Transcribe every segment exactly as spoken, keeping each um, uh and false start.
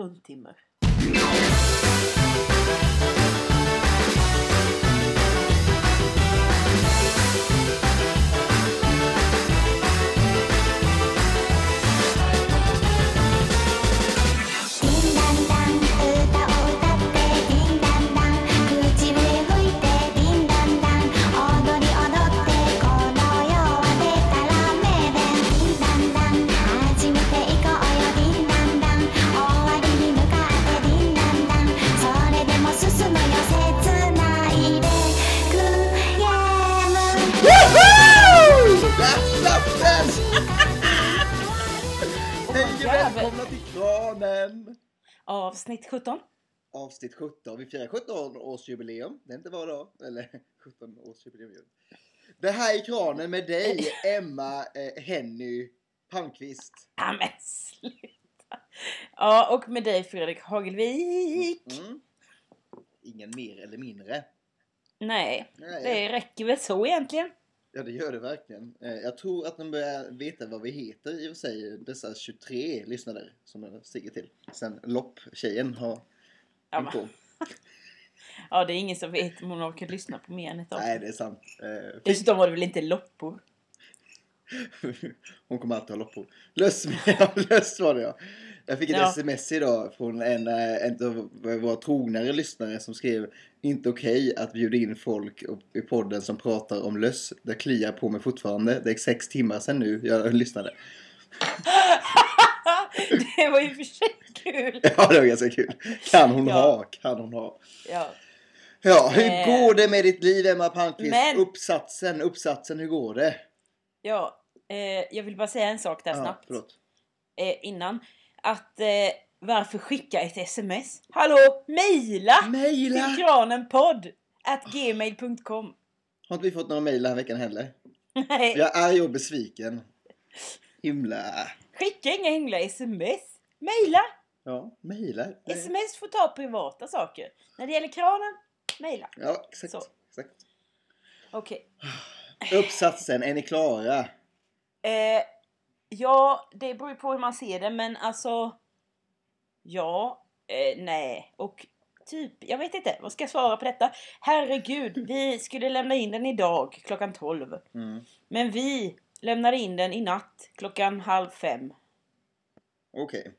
fruntimmer. Välkomna till Kranen! Avsnitt sjutton. Avsnitt sjutton. Vi firar sjutton-årsjubileum. Det är inte var dag. Eller sjutton-årsjubileum. Det här är Kranen med dig, Emma, eh, Henny, Palmqvist. Ja, men sluta. Ja, och med dig, Fredrik Hagelvik. Mm. Ingen mer eller mindre. Nej, Nej, det räcker väl så egentligen. Ja, det gör det verkligen. Jag tror att de börjar veta vad vi heter i och för sig. Dessa tjugotre lyssnare som de stiger till. Sen lopptjejen har Ja, på. Ja, det är ingen som vet om hon orkar lyssna på mer än ett avsnitt. Nej, det är sant. Eh, Dessutom var det väl inte loppor. Hon kommer alltid ha loppor. Löss, ja, löss var det ja. Jag fick ett Ja. sms idag från en, en av våra trognare lyssnare som skrev: inte okej att bjuda in folk i podden som pratar om löss. Det kliar på mig fortfarande. Det är sex timmar sedan nu jag lyssnade. Det var ju för sig kul. Ja, det var ganska kul. Kan hon Ja. ha, kan hon ha. Ja. Ja, hur Eh. går det med ditt liv, Emma Palmqvist? Men- Uppsatsen, uppsatsen, hur går det? Ja, eh, jag vill bara säga en sak där Ja, snabbt. förlåt. Eh, innan. Att eh, varför skicka ett sms? Hallå, mejla! Mejla! Till kranenpodd at gmail punkt com. Har inte vi fått några mejl den här veckan heller? Nej, Jag är arg och besviken. Himla. skicka inga himla sms. Mejla! Ja, mejla. Sms får ta privata saker. När det gäller kranen, mejla. Ja, exakt. Så. exakt. Okej. Uppsatsen, är ni klara? Eh, ja, det beror ju på hur man ser det. Men alltså... Ja, eh, nej. Och typ, jag vet inte. Vad ska jag svara på detta? Herregud, vi skulle lämna in den idag klockan tolv. Mm. Men vi lämnade in den i natt klockan halv fem. Okej.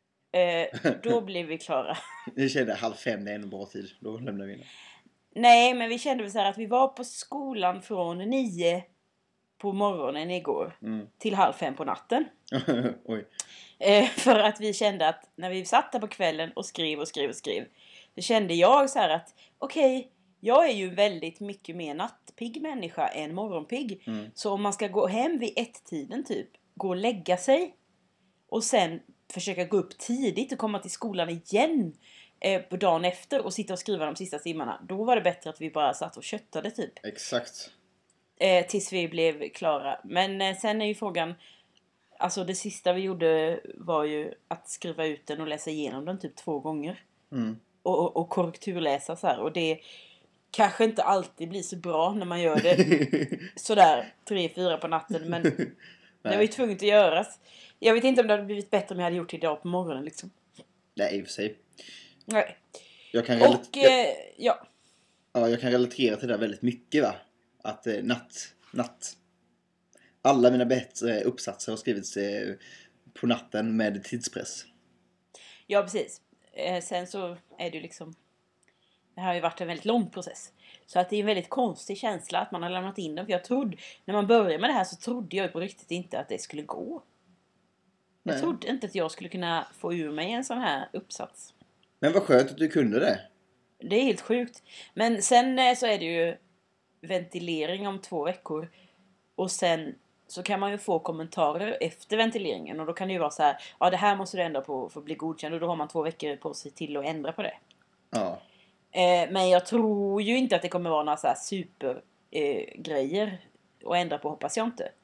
Eh, då blev vi klara. Jag kände halv fem, det är en bra tid. Då lämnar vi in. Nej, men vi kände väl så här att vi var på skolan från nio på morgonen igår Mm. till halv fem på natten. Oj. Eh, för att vi kände att när vi satt där på kvällen och skrev och skrev och skrev, så kände jag så här att okej, okay, jag är ju väldigt mycket mer nattpigg människa än morgonpigg. Mm. Så om man ska gå hem vid ett-tiden typ, gå och lägga sig och sen försöka gå upp tidigt och komma till skolan igen eh, på dagen efter och sitta och skriva de sista timmarna. Då var det bättre att vi bara satt och köttade typ. Exakt. Eh, tills vi blev klara. Men eh, sen är ju frågan, alltså det sista vi gjorde var ju att skriva ut den och läsa igenom den typ två gånger. Mm. Och, och, och korrekturläsa så här. Och det kanske inte alltid blir så bra när man gör det sådär tre, fyra på natten. Men det var ju tvunget att göras. Jag vet inte om det hade blivit bättre om jag hade gjort det idag på morgonen liksom. Nej, i och för sig. Nej. Jag kan, relat- Och eh, ja. ja, jag kan relatera till det väldigt mycket, va? Att eh, natt, natt. Alla mina bättre uppsatser har skrivits eh, på natten med tidspress. Ja, precis. Eh, sen så är det ju liksom... Det här har ju varit en väldigt lång process. Så att det är en väldigt konstig känsla att man har lämnat in den. För jag trodde... När man började med det här så trodde jag på riktigt inte att det skulle gå. Jag Nej. trodde inte att jag skulle kunna få ur mig en sån här uppsats. Men vad skönt att du kunde det. Det är helt sjukt. Men sen eh, så är det ju ventilering om två veckor. Och sen så kan man ju få kommentarer efter ventileringen. Och då kan det ju vara så här: ja, det här måste du ändra på för att bli godkänd. Och då har man två veckor på sig till att ändra på det. Ja. Eh, men jag tror ju inte att det kommer vara några så här super eh, grejer att ändra på, hoppas jag inte.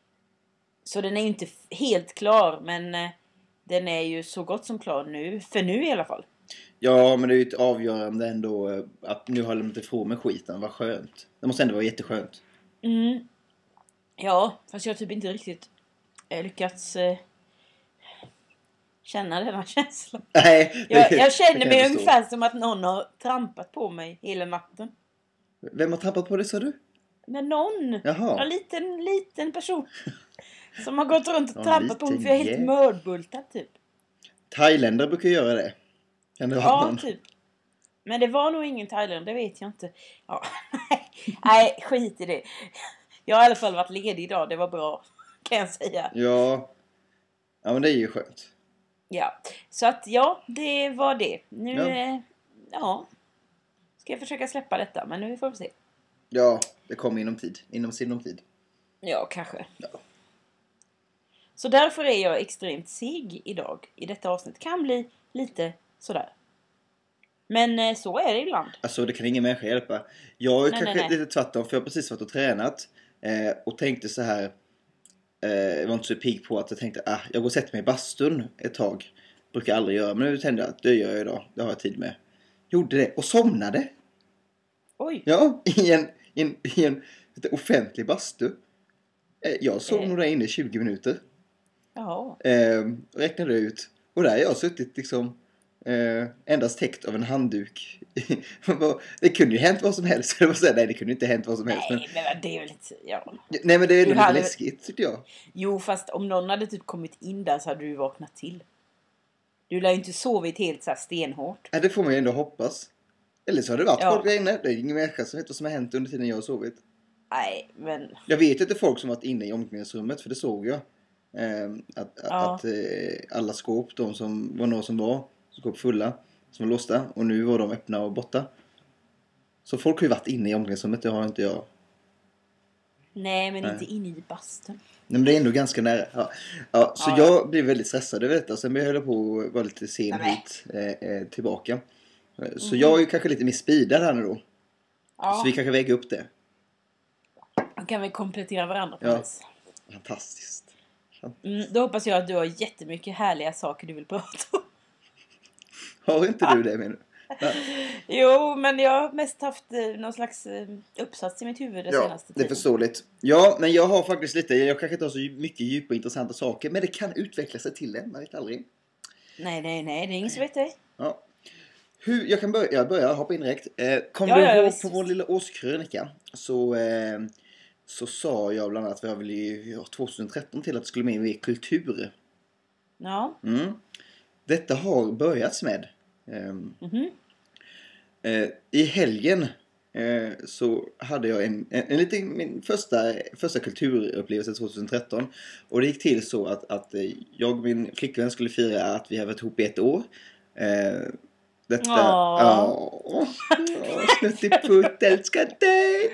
Så den är ju inte f- helt klar, men eh, den är ju så gott som klar nu. För nu i alla fall. Ja, men det är ju ett avgörande ändå eh, att nu har jag lämnat ifrån med skiten. Vad skönt. Det måste ändå vara jätteskönt. Mm. Ja, fast jag har typ inte riktigt eh, lyckats eh, känna denna känsla. Nej, det, Jag, jag känner det kan mig jag förstå. ungefär som att någon har trampat på mig hela natten. Vem har trampat på det, sa du? Men någon, Jaha. en liten, liten person som har gått runt och En trampat på mig liten för jag är helt jä- mördbultad typ. Thailändare brukar göra det. Kan det vara Ja, någon? typ. Men det var nog ingen Thailand, det vet jag inte. Ja, nej, skit i det. Jag har i alla fall varit ledig idag, det var bra, kan jag säga. Ja. Ja, men det är ju skönt. Ja, så att ja, det var det. Nu, Ja. ja, ja ska jag försöka släppa detta, men nu får vi se. Ja, det kommer inom tid. Inom sinom tid. Ja, kanske. Ja. Så därför är jag extremt seg idag i detta avsnitt. Kan bli lite sådär. Men eh, så är det ibland. Alltså det kan ingen människa hjälpa. Jag är Nej, kanske nej, nej. lite tvärtom, för jag har precis varit och tränat. Eh, och tänkte så här. Eh, jag var inte så pigg på att jag tänkte, ah, jag går och sätter mig i bastun ett tag. Brukar aldrig göra, men nu tänkte jag att det gör jag idag. Det har jag tid med. Gjorde det och somnade. Oj. Ja, i en, i en, i en lite offentlig bastu. Eh, jag sov Eh. nog där inne i tjugo minuter. Jaha. Eh, räknade ut. Och där har jag suttit liksom eh, endast täckt av en handduk. Det kunde ju hänt vad som helst. Jag säga, nej, det kunde inte hänt vad som helst. Nej, men det är väl lite, ja. Men, nej, men det är Du lite hade- läskigt tycker jag. Jo, fast om någon hade typ kommit in där så hade du vaknat till. Du lär ju inte sovit helt så här stenhårt. Ja, det får man ju ändå hoppas. Eller så har det varit Ja. folk där inne. Det är ingen människa som vet vad som har hänt under tiden jag har sovit. Nej, men... Jag vet inte folk som varit inne i omklädningsrummet, för det såg jag. Eh, att Ja. att eh, alla skåp, de som var några som var, skåp fulla, som var låsta. Och nu var de öppna och borta. Så folk har ju varit inne i omklädningsrummet, det har inte jag. Nej, men Nej. inte inne i bastun. Nej, men det är ändå ganska nära. Ja. Ja, så Ja, jag blev väldigt stressad över detta. Sen höll jag på att vara lite sen Nej. hit eh, eh, tillbaka. Eh, Så Mhm. jag är ju kanske lite mer speedad här nu då. Ja, Så vi kanske väger upp det. då kan vi komplettera varandra på Ja. vis. Fantastiskt. Mm, då hoppas jag att du har jättemycket härliga saker du vill prata om. Har inte du det, menar du? Ja, Jo, men jag har mest haft eh, någon slags eh, uppsats i mitt huvud det ja, senaste det är tiden. förståeligt. Ja, men jag har faktiskt lite, jag kanske inte har så mycket djupa och intressanta saker, men det kan utveckla sig till det, man vet aldrig. Nej, nej, nej, det är ingen som vet det. Ja. Hur, jag kan börja, jag börjar hoppa in direkt. Eh, kom Ja, du ja, ja, ihåg visst, på visst. vår lilla årskrönika så, eh, så sa jag bland annat att jag ville ju ja, tjugohundratretton till att det skulle med i kultur. Ja. Mm. Detta har börjats med. Ehm, Mhm. eh, I helgen eh, så hade jag en, en, en liten, min första, första kulturupplevelse tjugohundratretton. Och det gick till så att, att eh, jag och min flickvän skulle fira att vi har varit ihop i ett år. Eh, detta... Åh. Ja. Snuttiputt, älskar dig!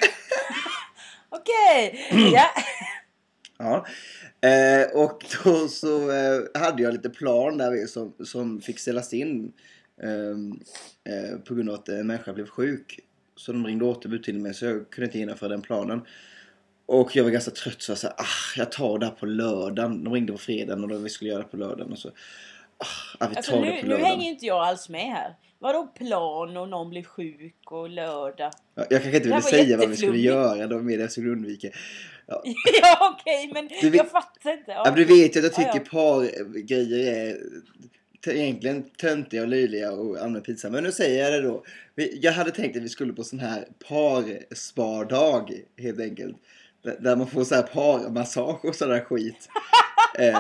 Okej, ja. Ja. Eh, och då så eh, hade jag lite plan där vi, som, som fick ställas in ehm, eh, på grund av att en människa blev sjuk. Så de ringde återbud till mig, så jag kunde inte genomföra den planen. Och jag var ganska trött, så jag sa, ah, jag tar det här på lördagen. De ringde på fredagen och då vi skulle göra det på lördagen. Och så, ah, vi tar Alltså det nu, på nu lördagen. hänger inte jag alls med här. Vadå plan och någon blir sjuk och lördag? Ja, jag kanske inte Det här ville var säga vad vi skulle jätteflummigt. göra, det var mer det jag skulle undvika. Ja. Ja, okej, men Du vet- jag fattar inte. Ja, men du vet ju att jag tycker Ja, ja. par-grejer är t- egentligen töntiga och löjliga och allmänt pinsamma. Men nu säger jag det då. Vi- Jag hade tänkt att vi skulle på sån här par-spardag helt enkelt. Där- Där man får så här parmassage och sån där skit. eh,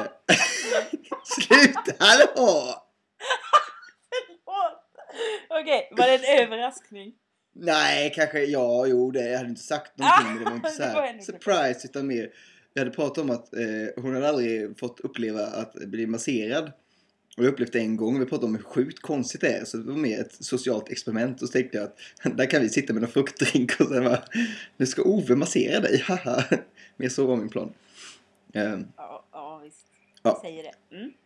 Sluta, hallå! Förlåt. Okej, var det en överraskning? Nej, kanske, ja, jo, det, jag hade inte sagt någonting, men det var inte så Det var här ändå surprise, utan mer, jag hade pratat om att eh, hon hade aldrig fått uppleva att bli masserad. Och jag upplevde det en gång, och vi pratade om hur sjukt konstigt det är, så det var mer ett socialt experiment, och så tänkte jag att där kan vi sitta med en fruktdrink och sen bara, nu ska Ove massera dig, haha. Mer så var min plan. Eh, Ja, ja visst. Ja. Jag säger det. Mm.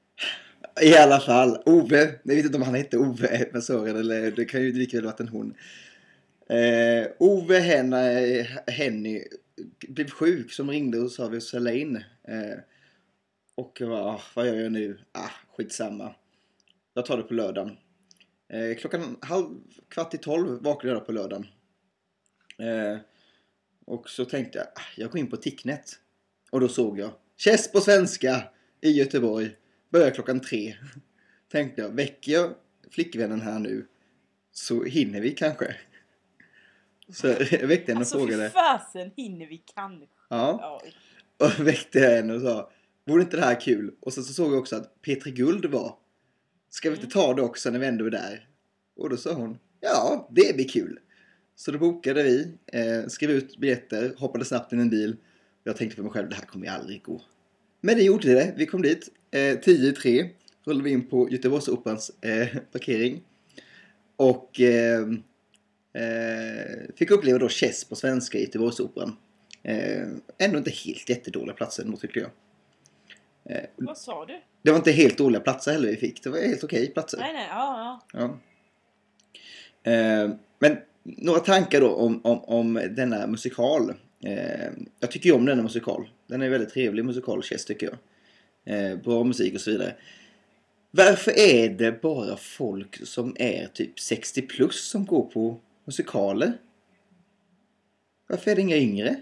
I alla fall, Ove, jag vet inte om han hette Ove, massören, eller det kan ju lika väl varit en hon. Eh, Ove, Henna, Henny blev sjuk, som ringde och sa vi att ställa in. Eh, och jag bara, ah, vad gör jag nu? Ah, skitsamma. Jag tar det på lördagen. Eh, klockan halv, kvart i tolv vaknade jag på lördagen. Eh, och så tänkte jag, ah, jag går in på Ticknet. Och då såg jag, Chess på svenska i Göteborg. börjar klockan tre. Tänkte jag, väcker jag flickvännen här nu så hinner vi kanske. Så jag väckte henne och alltså, frågade. Alltså för fasen hinner vi kanske. Ja. Och väckte henne och sa, vore inte det här kul? Och så, så såg jag också att Petri Guld var. Ska vi inte ta det också när vi ändå är där? Och då sa hon, ja, det blir kul. Så då bokade vi, eh, skrev ut biljetter, hoppade snabbt in en bil. Jag tänkte för mig själv, det här kommer ju aldrig gå. Men det gjorde det. Vi kom dit, eh, tio i tre. Rullade vi in på Göteborgsoperans eh, parkering. Och eh, eh, fick uppleva då Chess på svenska i Göteborgsoperan. Eh, ändå inte helt jättedåliga platser, nog tycker jag. Eh, Vad sa du? Det var inte helt dåliga platser heller vi fick. Det var helt okej platser. Nej, nej, ja, ja. ja. Eh, men några tankar då om, om, om denna musikal. Eh, jag tycker ju om denna musikal. Den är en väldigt trevlig musikal, Chess, tycker jag. Eh, bra musik och så vidare. Varför är det bara folk som är typ sextio plus som går på musikaler? Varför är det inga yngre?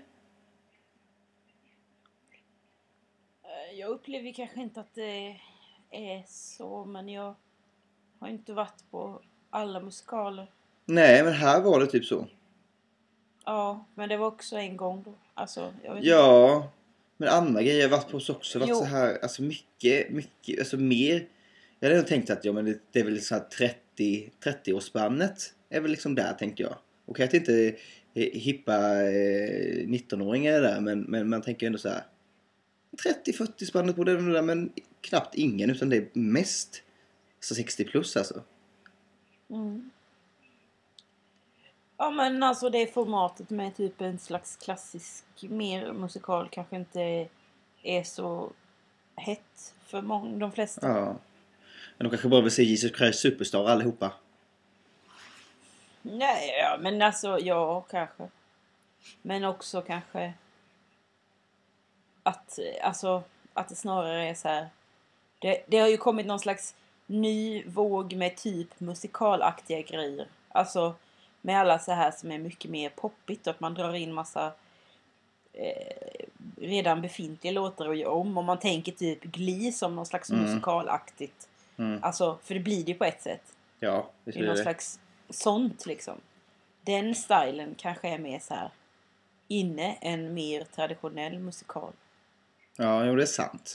Jag upplever kanske inte att det är så, men jag har inte varit på alla musikaler. Nej, men här var det typ så. Ja, men det var också en gång då. Alltså, jag vet ja, inte. Men andra grejer jag har varit på så också. Varit jo. så här, alltså mycket, mycket, alltså mer. Jag hade nog tänkt att ja, men det, det är väl så här trettio, trettio-årsspannet är väl liksom där, tänkte jag. Och att inte hippa eh, nitton-åringar där, men, men man tänker ändå så här trettio fyrtio spannet på det där, men knappt ingen, utan det är mest så sextio plus alltså. Mm. Ja, men alltså det formatet med typ en slags klassisk mer musikal kanske inte är så hett för många, de flesta. Ja. Men de kanske bara vill se Jesus Christ Superstar allihopa. Nej, ja, men alltså, ja, kanske. Men också kanske att, alltså, att det snarare är så här. Det, det har ju kommit någon slags ny våg med typ musikalaktiga grejer. Alltså med alla så här som är mycket mer poppigt. Och att man drar in massa eh, redan befintliga låtar och gör om. Och man tänker typ Glee som någon slags mm. musikalaktigt. Mm. Alltså, för det blir det ju på ett sätt. Ja, det är någon det. slags sånt liksom. Den stilen kanske är mer så här inne en mer traditionell musikal. Ja, jo, det är sant.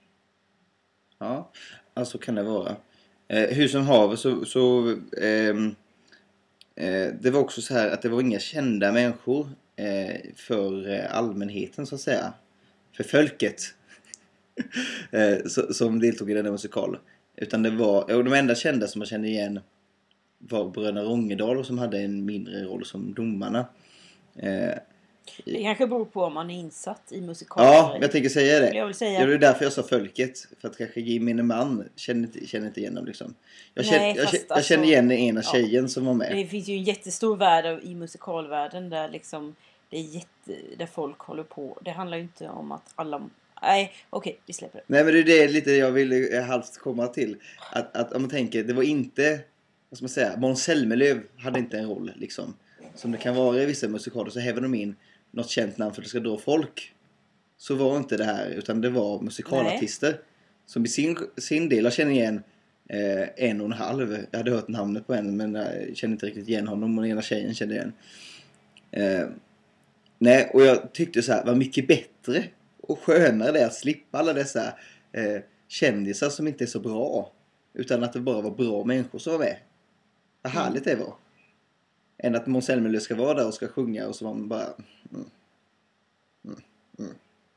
Ja, alltså kan det vara. Eh, hur som haver så, så eh, eh, det var också så här att det var inga kända människor eh, för eh, allmänheten så att säga. För folket eh, så, som deltog i den här musikalen. Utan det var, och de enda kända som man kände igen var Bröderna Rångedal som hade en mindre roll som domarna. Eh, det kanske beror på om man är insatt i musikaler. Ja, jag tänker säga det. Jag vill säga. Ja, det är därför jag sa folket. För att kanske gemene man känner inte, känner inte igen dem liksom. Jag, Nej, känner, jag, fast jag alltså, känner igen den ena ja, tjejen som var med. Det finns ju en jättestor värld i musikalvärlden där liksom det är jätte, där folk håller på. Det handlar ju inte om att alla... Nej, okej, okay, vi släpper det. Nej, men det är det lite jag ville halvt komma till. Att, att om man tänker, det var inte... Vad ska man säga? Måns Zelmerlöw hade inte en roll liksom. Som det kan vara i vissa musikaler så häver de in något känt namn för att det ska dra folk. Så var inte det här, utan det var musikalartister. Nej. Som i sin, sin del, jag känner igen eh, en och en halv. Jag hade hört namnet på en, men jag kände inte riktigt igen honom. Och den ena tjejen kände igen. Eh, nej, och jag tyckte så här, var mycket bättre och skönare det att slippa alla dessa eh, kändisar som inte är så bra. Utan att det bara var bra människor som var med. Vad härligt det var. Än att Måns Zelmerlöw ska vara där och ska sjunga och så var man bara... Mm, mm, mm.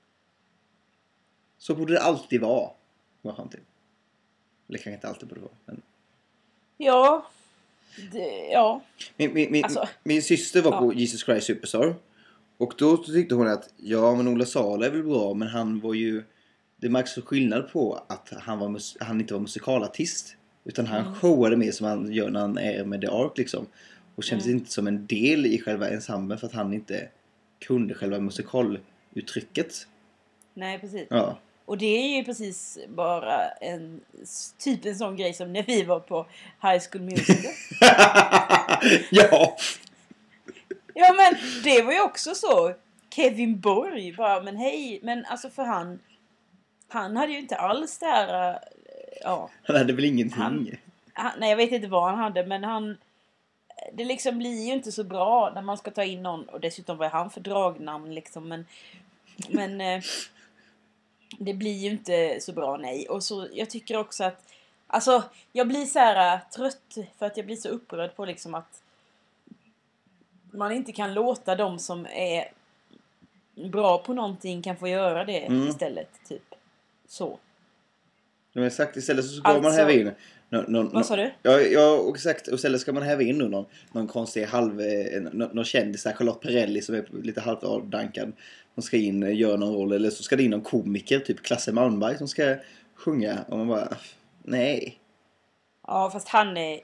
Så borde det alltid vara. Vad fan till. Eller kanske inte alltid borde vara. Men... Ja. Det, ja. Min, min, min, alltså, min syster var ja. på Jesus Christ Superstar. Och då tyckte hon att ja, men Ola Sala är väl bra, men han var ju... Det märks så skillnad på att han, var mus, han inte var musikalartist. Utan han mm. showade mer som han gör när han är med The Ark liksom. Och kändes mm. inte som en del i själva ensemblen för att han inte kunde själva musikaluttrycket. Nej, precis. Ja. Och det är ju precis bara en typ en sån grej som när vi var på High School Musical. Ja. Ja, men det var ju också så. Kevin Borg bara, men hej. Men alltså för han, han hade ju inte alls det här ja. Han hade väl ingenting? Han, han, nej, jag vet inte vad han hade, men han... Det liksom blir ju inte så bra när man ska ta in någon. Och dessutom var han för dragnamn liksom. Men, men eh, det blir ju inte så bra, nej. Och så, jag tycker också att... Alltså, jag blir så här uh, trött för att jag blir så upprörd på liksom att man inte kan låta dem som är bra på någonting kan få göra det mm. istället, typ. Så. Ja, men exakt, istället så ska alltså, man häva in någon, någon, vad sa du? Ja, ja, exakt. Och istället ska man häva in någon, någon konstig halv... Någon, någon kändis där, Charlotte Perrelli som är lite halvt avdankad. Som ska in och göra någon roll. Eller så ska det in någon komiker, typ Klasse Malmberg, som ska sjunga. Och man bara... Nej. Ja, fast han är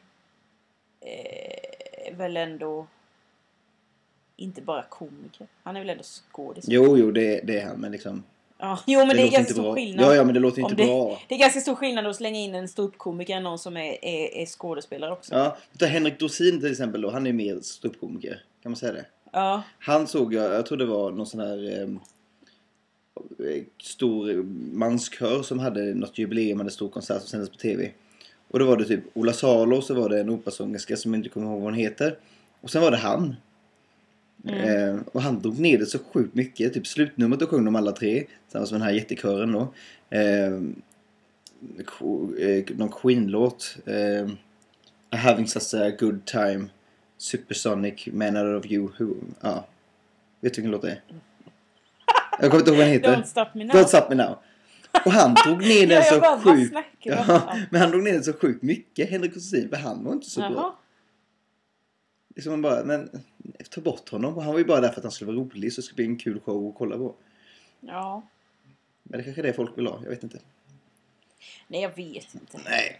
eh, väl ändå inte bara komiker. Han är väl ändå skådespelare. Jo, jo, det, det är han, men liksom... Ja, jo, men det, det är ganska stor bra. skillnad. Ja, ja, men det låter inte det, bra. Det är ganska stor skillnad att slänga in en ståuppkomiker än någon som är, är, är skådespelare också. Ja, ta Henrik Dorsin till exempel då. Han är mer ståuppkomiker. Kan man säga det? Ja. Han såg jag, jag tror det var någon sån här eh, stor manskör som hade något jubileum, hade stor konsert som sändes på tv. Och då var det typ Ola Salo, så var det en operasångerska som jag inte kommer ihåg vad hon heter. Och sen var det han. Mm. Eh, och han drog ner det så sjukt mycket. Typ slutnumret då sjöng de alla tre. Samma som den här jättekören då. Eh, någon Queen-låt. Eh, Having such a good time. Supersonic, Man out of you. Who, ja. Vet du vilken låt det är? Jag kommer inte ihåg vad den heter. Don't stop me now. Don't stop me now. Och han drog ner den så bara, sjukt. Ja, men han drog ner den så sjukt mycket. Henrik Dorsin, för han var inte så Jaha. bra. Liksom man bara, men ta bort honom. Han var ju bara där för att han skulle vara rolig, så det skulle bli en kul show att kolla på. Ja. Men det kanske är det folk vill ha, jag vet inte. Nej, jag vet inte. Nej.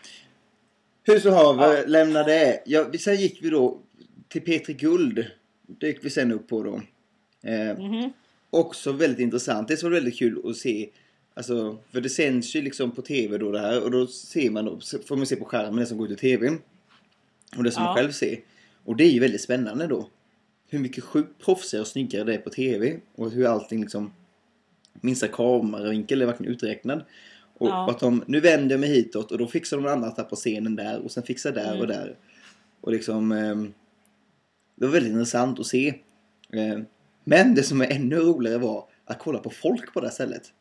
Hur så har vi ja. lämnat det. Ja, sen gick vi då till Petri Guld. Det gick vi sen upp på då. Eh, mm-hmm. Också väldigt intressant. Det är så väldigt kul att se. Alltså, för det sänds ju liksom på tv då det här. Och då ser man då, får man se på skärmen det som går ut i tvn. Och det som ja. man själv ser. Och det är ju väldigt spännande då. Hur mycket sjukt proffsigare och snyggare det är på tv. Och hur allting liksom... Minsta kameravinkel är verkligen uträknad. Och ja. att de, nu vänder jag mig hitåt. Och då fixar de annat där på scenen där. Och sen fixar där mm. och där. Och liksom... Eh, det var väldigt intressant att se. Eh, men det som är ännu roligare var att kolla på folk på det här stället.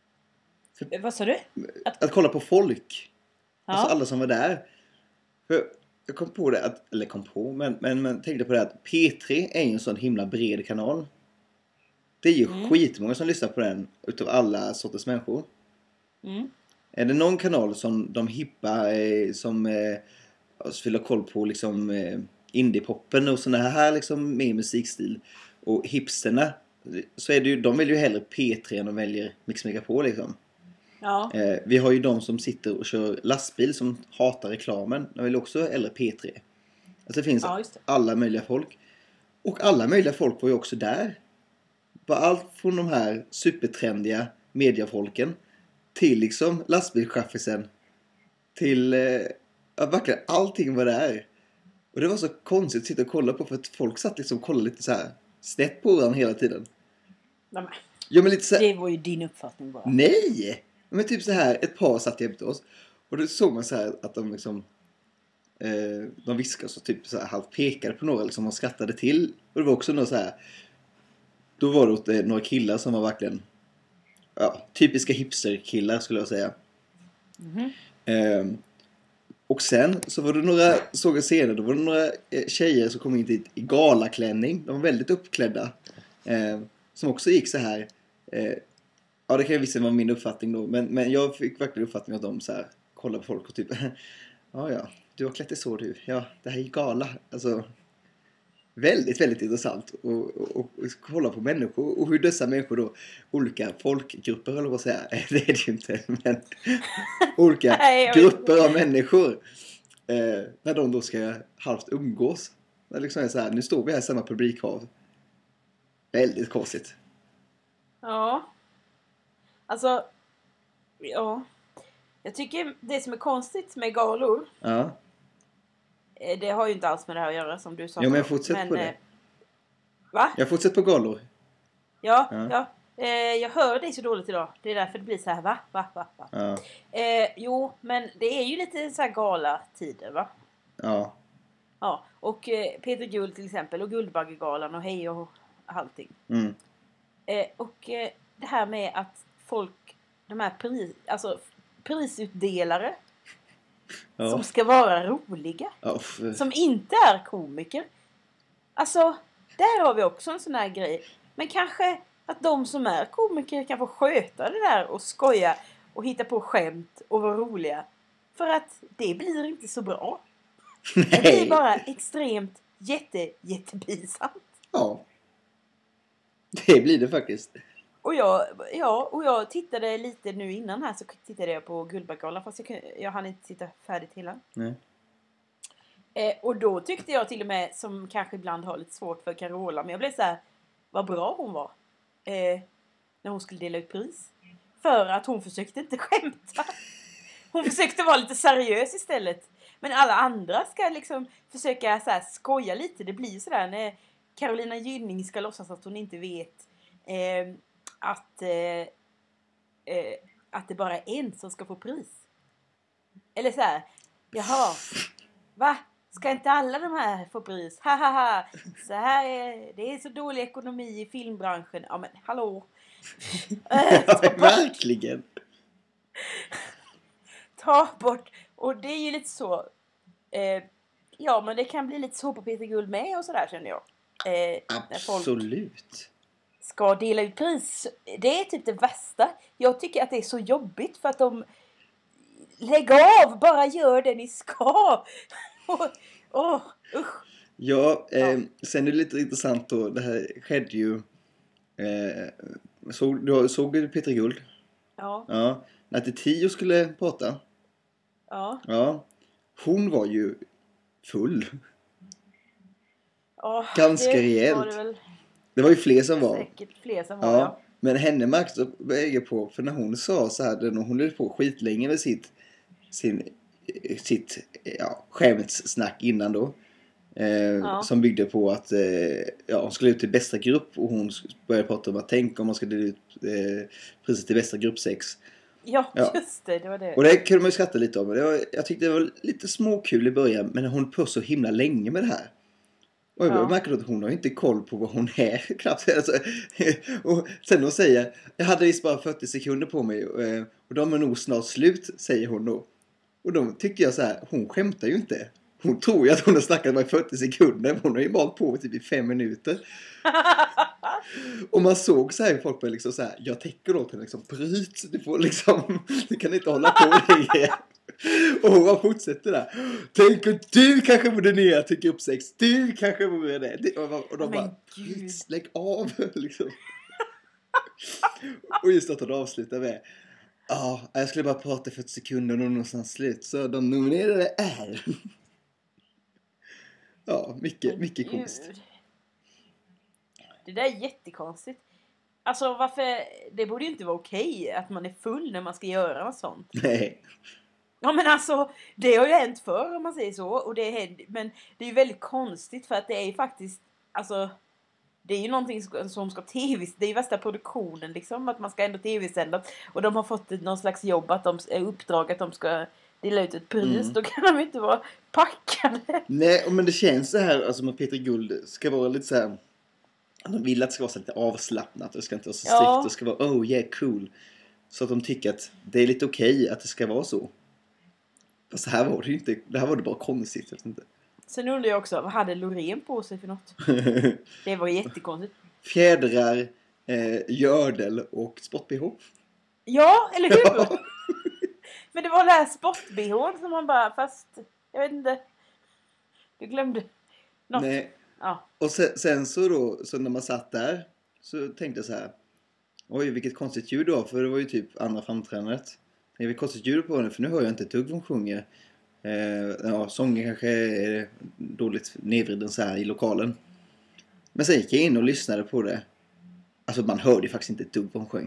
För, Vad sa du? Att, att kolla på folk. Ja. Alltså alla som var där. För jag kom på det, att, eller kom på, men, men, men tänkte på det att P tre är ju en sån himla bred kanal. Det är ju mm. skitmånga som lyssnar på den utav alla sorters människor. Mm. Är det någon kanal som de hippa eh, som eh, vill ha koll på liksom eh, indiepoppen och såna här liksom med musikstil och hipsterna, så är det ju, de väljer ju hellre P tre än de väljer Mix Megapol liksom. Ja. Eh, vi har ju de som sitter och kör lastbil som hatar reklamen. De vill också hellre P tre. Alltså det finns ja, det. alla möjliga folk. Och alla möjliga folk var ju också där. På allt från de här supertrendiga mediafolken till liksom lastbilschaffisen till eh, verkligen allting var där. Och det var så konstigt att sitta och kolla på, för att folk satt liksom och kollade lite så här snett på varandra hela tiden. Nej, men, ja, men lite så här, det var ju din uppfattning bara. Nej! Men typ så här, ett par satt jämte oss. Och då såg man så här att de liksom eh, de viskade så typ så här halvt pekade på några liksom och skrattade till. Och det var också något så här, då var det åt, eh, några killar som var verkligen ja, typiska hipsterkillar skulle jag säga. Mm-hmm. Eh, och sen så var det några, såg jag senare, då var det några eh, tjejer som kom in dit i galaklänning. De var väldigt uppklädda. Eh, som också gick så här. Eh, ja, det kan ju vissa vara min uppfattning då. Men, men jag fick verkligen uppfattning att de så här kollar på folk och typ ja, ja, du har klätt dig så du. Ja, det här är gala. Alltså, väldigt, väldigt intressant att och, och, och kolla på människor. Och hur dessa människor då, olika folkgrupper eller vad säga. Det är det ju inte, men olika Nej, grupper av människor. Eh, när de då ska halvt umgås. Det liksom är så här, nu står vi här i samma publikhav. Väldigt konstigt. Ja. Alltså, ja. Jag tycker det som är konstigt med galor. Ja. Det har ju inte alls med det här att göra som du sa. Ja, men jag fortsätter på det. Eh, va? Jag fortsätter på galor. Ja, ja. Eh, jag hör dig så dåligt idag. Det är därför det blir så här, va? Va? Va? va? Ja. Eh, jo, men det är ju lite så här gala-tider, va? Ja. Ja, och eh, Peter Guld till exempel. Och Guldbaggegalan och hej och allting. Mm. Eh, och eh, det här med att folk, de här pris, alltså, prisutdelare Ja. som ska vara roliga. Ja, för... Som inte är komiker. Alltså, där har vi också en sån här grej. Men kanske att de som är komiker kan få sköta det där och skoja och hitta på skämt och vara roliga. För att det blir inte så bra. Det blir bara extremt jätte, jättepinsamt. Ja. Det blir det faktiskt. Och jag, ja, och jag tittade lite nu innan här så tittade jag på Guldbaggegalan fast jag, jag hann inte titta färdigt hela. Nej. Eh, och då tyckte jag till och med, som kanske ibland har lite svårt för Carola, men jag blev så här, vad bra hon var. Eh, när hon skulle dela ut pris. För att hon försökte inte skämta. Hon försökte vara lite seriös istället. Men alla andra ska liksom försöka så här skoja lite. Det blir så där när Carolina Gynning ska låtsas att hon inte vet eh, att, eh, eh, att det bara är en som ska få pris. Eller så här, jaha, va? Ska inte alla de här få pris? Ha ha ha. Så här är, det är så dålig ekonomi i filmbranschen. Ja men hallå. Ja, verkligen. Ta bort. Och det är ju lite så. Eh, ja men det kan bli lite så på Peter Guld med och sådär känner jag. Eh, när folk Absolut. ska dela ut pris. Det är typ det värsta. Jag tycker att det är så jobbigt för att de lägg av. Bara gör det ni ska. Åh, oh, usch. Ja, eh, Ja. sen är det lite intressant då. Det här skedde ju. Eh, såg, du såg du Peter Guld? Ja. Ja. När Tio skulle prata. Ja. Ja. Hon var ju full. Oh, Ganska det rejält. Var det, väl det var ju fler som var. säkert fler som var, Ja. ja. Men henne märktes jag på. För när hon sa så här. När hon höll på skitlänge med sitt. Sin, sitt ja, skämtssnack innan då. Eh, Ja. Som byggde på att eh, ja, hon skulle ut till bästa grupp. Och hon började prata om att tänka om man skulle ut eh, priset till bästa grupp sex. Ja, Ja. just det, det var det. Och det kunde man ju skratta lite om. Det var, jag tyckte det var lite småkul i början. Men hon på så himla länge med det här. Och jag Ja. märker att hon har inte koll på vad hon är knappt. Alltså, och sen hon säger, jag hade visst bara fyrtio sekunder på mig. Och de är nog snart slut, säger hon då. Och då tycker jag så här, hon skämtar ju inte. Hon tror ju att hon har snackat med fyrtio sekunder. Men hon har ju malt på typ i fem minuter. Och man såg så här folk började liksom så här, jag täcker åt henne liksom, bryt, du får liksom, du kan inte hålla på längre. Och hon bara fortsätter där. Tänker du kanske borde ner till grupp sex, du kanske borde det. Och de oh, bara, lägg av liksom. Och just att hon avslutar med, ja, jag skulle bara prata fyrtio sekunder och någonstans slut. Så de nominerade är. Ja, mycket, mycket Gud. konst. Det där är jättekonstigt. Alltså varför, det borde ju inte vara okej att man är full när man ska göra något sånt. Nej. Ja men alltså, det har ju hänt förr om man säger så. Och det händer, men det är ju väldigt konstigt för att det är ju faktiskt, alltså, det är ju någonting som ska tv, det är ju värsta produktionen liksom, att man ska ändå tv-sända. Och de har fått någon slags jobb, att de är uppdrag att de ska dela ut ett pris. Mm. Då kan de inte vara packade. Nej, men det känns så här, alltså med Peter Guld ska vara lite så här. De vill att det ska vara så lite avslappnat. Det ska inte vara så strikt. Ja. Det ska vara, oh yeah, cool. Så att de tycker att det är lite okej att det ska vara så. Fast det här var det ju inte. Det här var det bara konstigt. Jag vet inte. Sen undrar jag också, vad hade Loreen på sig för något? Det var jättekonstigt. Fjädrar, eh, gördel och sport-B H. Ja, eller hur? Men det var det här sport-B H som man bara, fast jag vet inte. Du glömde något. Nej. Ja. Och sen, sen så då, så när man satt där så tänkte jag så här. Oj, vilket konstigt ljud då. För det var ju typ andra framträdandet. Det är väl konstigt ljud på henne, för nu hör jag inte ett dugg vad hon sjunger. Eh, ja, sången kanske är dåligt nedvriden så här i lokalen. Men sen gick jag in och lyssnade på det. Alltså man hörde ju faktiskt inte ett dugg vad hon sjöng.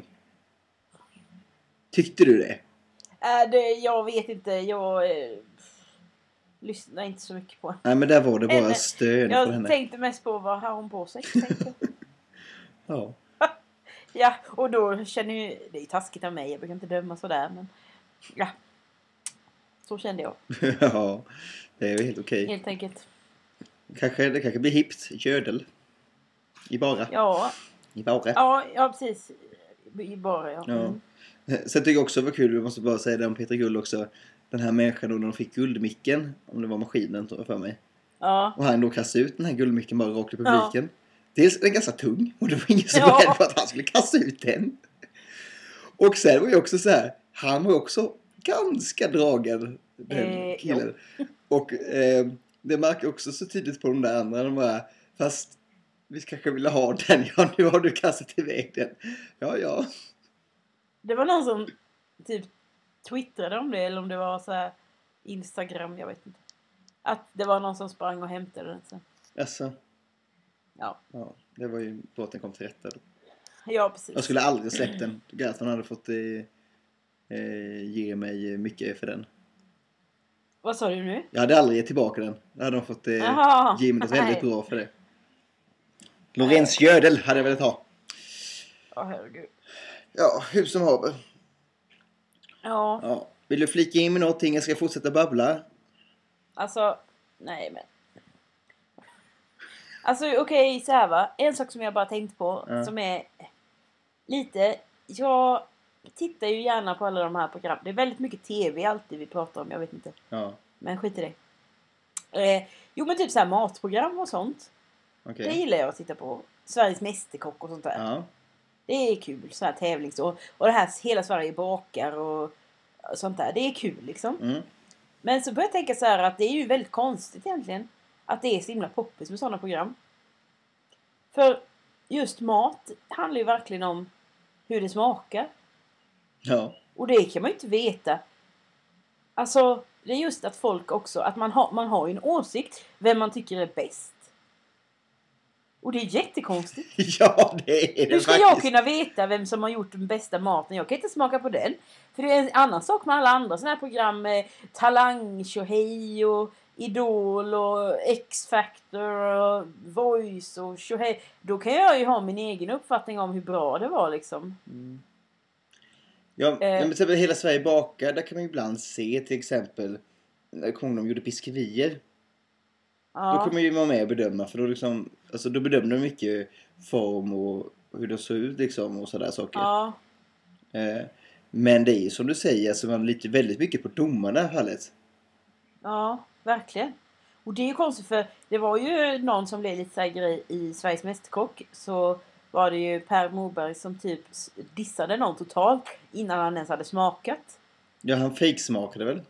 Tyckte du det? Äh, det jag vet inte, jag eh, lyssnar inte så mycket på henne. Nej, men där var det bara henne. stön jag på henne. Jag tänkte mest på vad har hon på sig. Ja. Ja, och då känner ju... Det är ju taskigt av mig, jag brukar inte döma sådär, men... Ja. Så kände jag. Ja, det är väl helt okej. Helt enkelt. Kanske, det kanske blir hippt. Gödel. I bara. Ja. I bara. Ja, ja precis. I bara, ja. Ja. Mm. Sen tycker jag också det var kul, vi måste bara säga det om Peter Guld också. Den här människan då när de fick guldmicken, om det var maskinen tror jag för mig. Ja. Och han då kastade ut den här guldmicken bara rakt i publiken. Ja. Dels är den ganska tung och det var ingen som Ja. var rädd för att han skulle kasta ut den. Och sen var ju också så här, han var också ganska dragen, den Eh, killen. Och eh, det märker också så tydligt på de där andra, de bara, fast vi kanske ville ha den, ja nu har du kastat iväg den. Ja, ja. Det var någon som typ twittrade om det, eller om det var så här Instagram, jag vet inte. Att det var någon som sprang och hämtade den sen. Alltså. Ja. Ja, det var ju bra att den kom till rätta då. Ja, precis. Jag skulle aldrig släppt den. Gaffan hade fått eh, eh, ge mig mycket för den. Vad sa du nu? Jag hade aldrig gett tillbaka den. Jag hade de fått eh, Aha, ge mig något väldigt nej. bra för det. Lorenz Gödel hade jag velat ha. Ja, herregud. Ja, hur som haver. Ja, Ja. Vill du flika in med någonting? Jag ska fortsätta babbla. alltså, nej men. Alltså okej, okay, så här va. En sak som jag bara tänkt på, Ja. som är lite, jag tittar ju gärna på alla de här programmen. Det är väldigt mycket tv alltid vi pratar om, jag vet inte. Ja, Men skit i det. Eh, jo men typ så här matprogram och sånt. okej. Det gillar jag att titta på. Sveriges Mästerkock och sånt där. Ja. Det är kul, så här tävlings och, och det här hela Sverige bakar och sånt där. Det är kul liksom. Mm. Men så börjar jag tänka så här att det är ju väldigt konstigt egentligen att det är så himla poppis med sådana program. För just mat handlar ju verkligen om hur det smakar. Ja. Och det kan man ju inte veta. Alltså, det är just att folk också, att man har, man har ju en åsikt vem man tycker är bäst. Och det är jättekonstigt. Ja, det är det Hur ska faktiskt. jag kunna veta vem som har gjort den bästa maten? Jag kan inte smaka på den. För det är en annan sak med alla andra sådana här program med Talang, Tjohej och Idol och X-Factor och Voice och Tjohej. Då kan jag ju ha min egen uppfattning om hur bra det var liksom. Mm. Ja, Eh. men till exempel Hela Sverige bakar, där kan man ju ibland se till exempel när kom de gjorde biskvier. Ja. Då kommer man ju vara med och bedöma, för då liksom, alltså då bedömde de mycket form och hur de såg ut liksom och sådär saker. Ja. Eh, men det är ju som du säger, alltså man litar väldigt mycket på domarna i det här fallet. Ja, verkligen. Och det är ju konstigt för det var ju någon som blev lite så här grej i Sveriges Mästerkock, så var det ju Per Morberg som typ dissade någon totalt innan han ens hade smakat. Ja, han fejksmakade väl?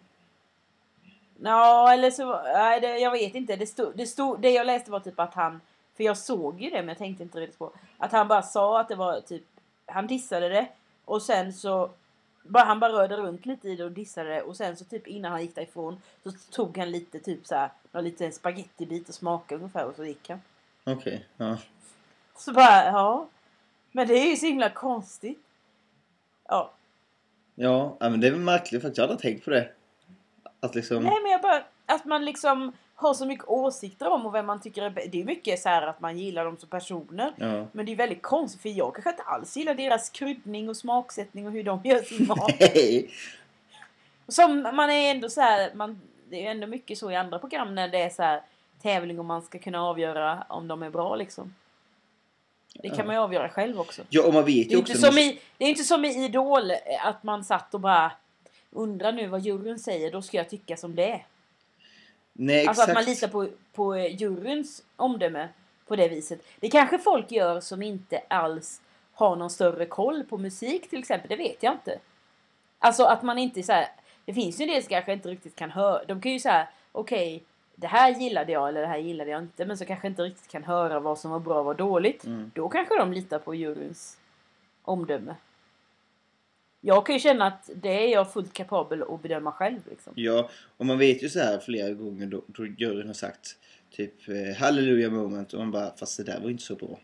Ja, eller så, nej, det, jag vet inte. Det, stod, det, stod, det jag läste var typ att han, för jag såg ju det men jag tänkte inte riktigt på, att han bara sa att det var typ, han dissade det och sen så, bara, han bara rörde runt lite i det och dissade det och sen så typ innan han gick därifrån så tog han lite typ så här, någon lite spagettibit och smakade ungefär och så gick han. Okej, okay, ja. Så bara, ja. Men det är ju så himla konstigt. Ja. Ja, men det är väl märkligt faktiskt. Jag hade tänkt på det. Att liksom... Nej, men jag bara, att man liksom har så mycket åsikter om och vem man tycker är bäst. Det är mycket så här att man gillar dem som personer. Ja. Men det är väldigt konstigt för jag kanske inte alls gillar deras kryddning och smaksättning och hur de gör sin mat. Nej. Som man är ändå så här, man, det är ju ändå mycket så i andra program när det är så här tävling och man ska kunna avgöra om de är bra liksom. Det kan Ja. man ju avgöra själv också. Ja, och man vet Det ju är, också... inte som i, det är inte som i Idol att man satt och bara undrar nu vad juryn säger, då ska jag tycka som det är. Nej, exakt. Alltså att man litar på, på juryns omdöme på det viset. Det kanske folk gör som inte alls har någon större koll på musik till exempel, det vet jag inte. Alltså att man inte så här, det finns ju en del som kanske inte riktigt kan höra, de kan ju säga okej, okay, det här gillade jag eller det här gillade jag inte, men så kanske inte riktigt kan höra vad som var bra och vad dåligt. Mm. Då kanske de litar på juryns omdöme. Jag kan ju känna att det är jag fullt kapabel att bedöma själv liksom. Ja, och man vet ju så här flera gånger då, då juryn har sagt typ eh, halleluja moment och man bara, fast det där var inte så bra.